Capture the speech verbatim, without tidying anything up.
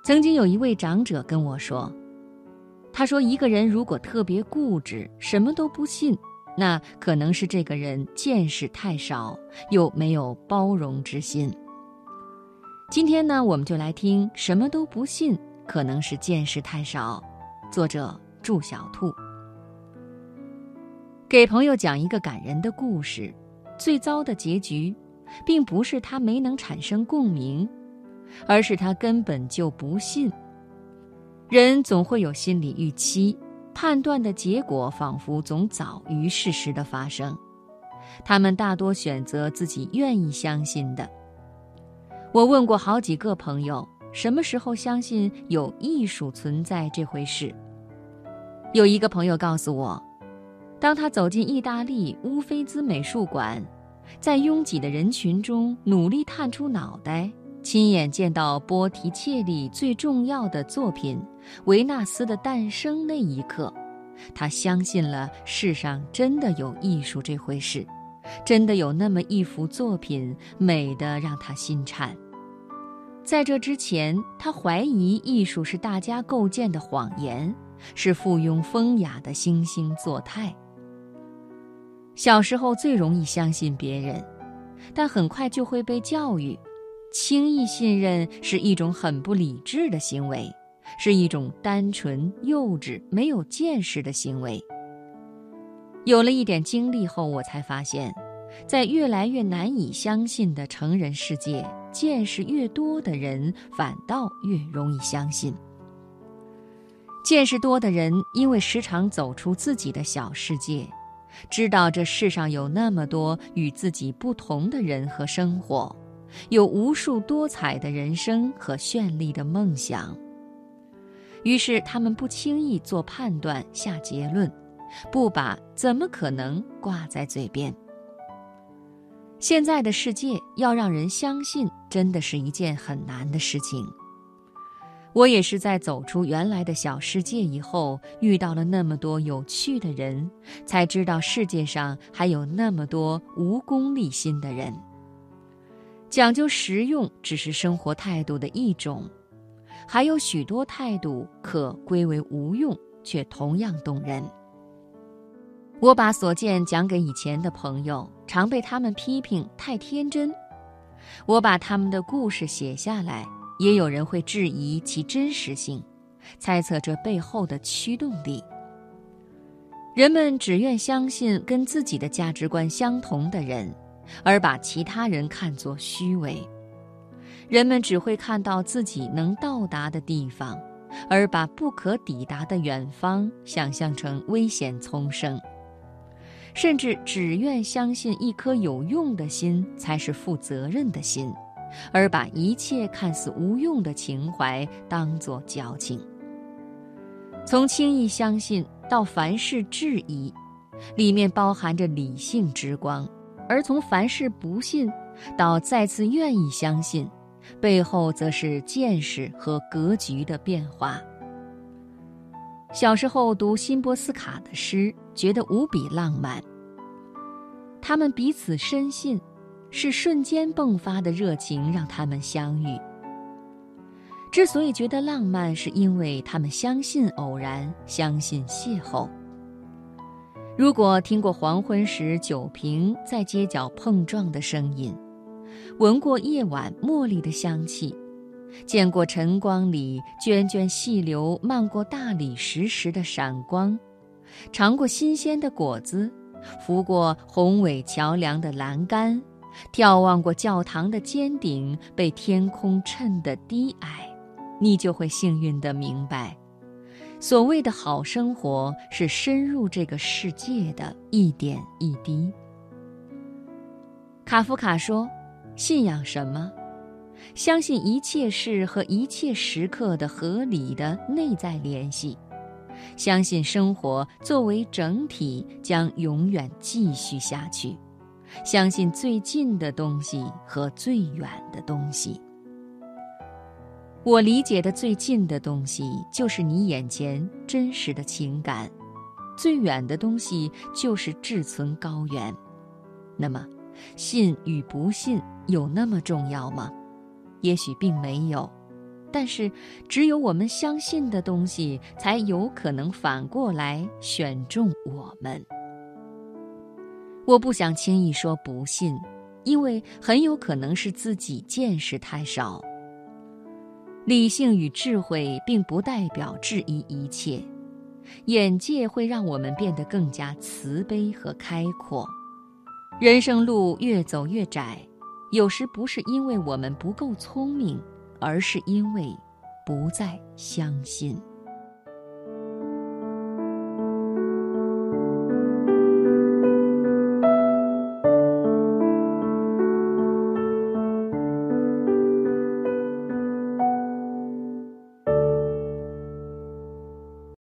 曾经有一位长者跟我说，他说一个人如果特别固执，什么都不信，那可能是这个人见识太少，又没有包容之心。今天呢，我们就来听什么都不信，可能是见识太少。作者祝小兔。给朋友讲一个感人的故事，最糟的结局并不是他没能产生共鸣，而是他根本就不信。人总会有心理预期，判断的结果仿佛总早于事实的发生，他们大多选择自己愿意相信的。我问过好几个朋友，什么时候相信有艺术存在这回事？有一个朋友告诉我，当他走进意大利乌菲兹美术馆，在拥挤的人群中努力探出脑袋，亲眼见到波提切利最重要的作品《维纳斯的诞生》那一刻，他相信了世上真的有艺术这回事，真的有那么一幅作品美得让他心颤。在这之前，他怀疑艺术是大家构建的谎言，是附庸风雅的惺惺作态。小时候最容易相信别人，但很快就会被教育，轻易信任是一种很不理智的行为，是一种单纯、幼稚、没有见识的行为。有了一点经历后，我才发现，在越来越难以相信的成人世界，见识越多的人反倒越容易相信。见识多的人因为时常走出自己的小世界，知道这世上有那么多与自己不同的人和生活，有无数多彩的人生和绚丽的梦想。于是他们不轻易做判断下结论，不把怎么可能挂在嘴边。现在的世界要让人相信，真的是一件很难的事情。我也是在走出原来的小世界以后，遇到了那么多有趣的人，才知道世界上还有那么多无功利心的人。讲究实用只是生活态度的一种，还有许多态度可归为无用，却同样动人。我把所见讲给以前的朋友，常被他们批评太天真。我把他们的故事写下来，也有人会质疑其真实性，猜测这背后的驱动力。人们只愿相信跟自己的价值观相同的人，而把其他人看作虚伪。人们只会看到自己能到达的地方，而把不可抵达的远方想象成危险丛生。甚至只愿相信一颗有用的心才是负责任的心，而把一切看似无用的情怀当作矫情。从轻易相信到凡事质疑，里面包含着理性之光；而从凡事不信到再次愿意相信，背后则是见识和格局的变化。小时候读辛波斯卡的诗，觉得无比浪漫。他们彼此深信，是瞬间迸发的热情让他们相遇。之所以觉得浪漫，是因为他们相信偶然，相信邂逅。如果听过黄昏时酒瓶在街角碰撞的声音，闻过夜晚茉莉的香气，见过晨光里涓涓细流漫过大理石时的闪光，尝过新鲜的果子，扶过宏伟桥梁的栏杆，眺望过教堂的尖顶被天空衬得低矮，你就会幸运地明白，所谓的好生活是深入这个世界的一点一滴。卡夫卡说，信仰什么？相信一切事和一切时刻的合理的内在联系，相信生活作为整体将永远继续下去，相信最近的东西和最远的东西。我理解的最近的东西，就是你眼前真实的情感；最远的东西，就是志存高远。那么，信与不信有那么重要吗？也许并没有， 但是只有我们相信的东西，才有可能反过来选中我们。我不想轻易说不信，因为很有可能是自己见识太少。理性与智慧并不代表质疑一切，眼界会让我们变得更加慈悲和开阔。人生路越走越窄，有时不是因为我们不够聪明，而是因为不再相信。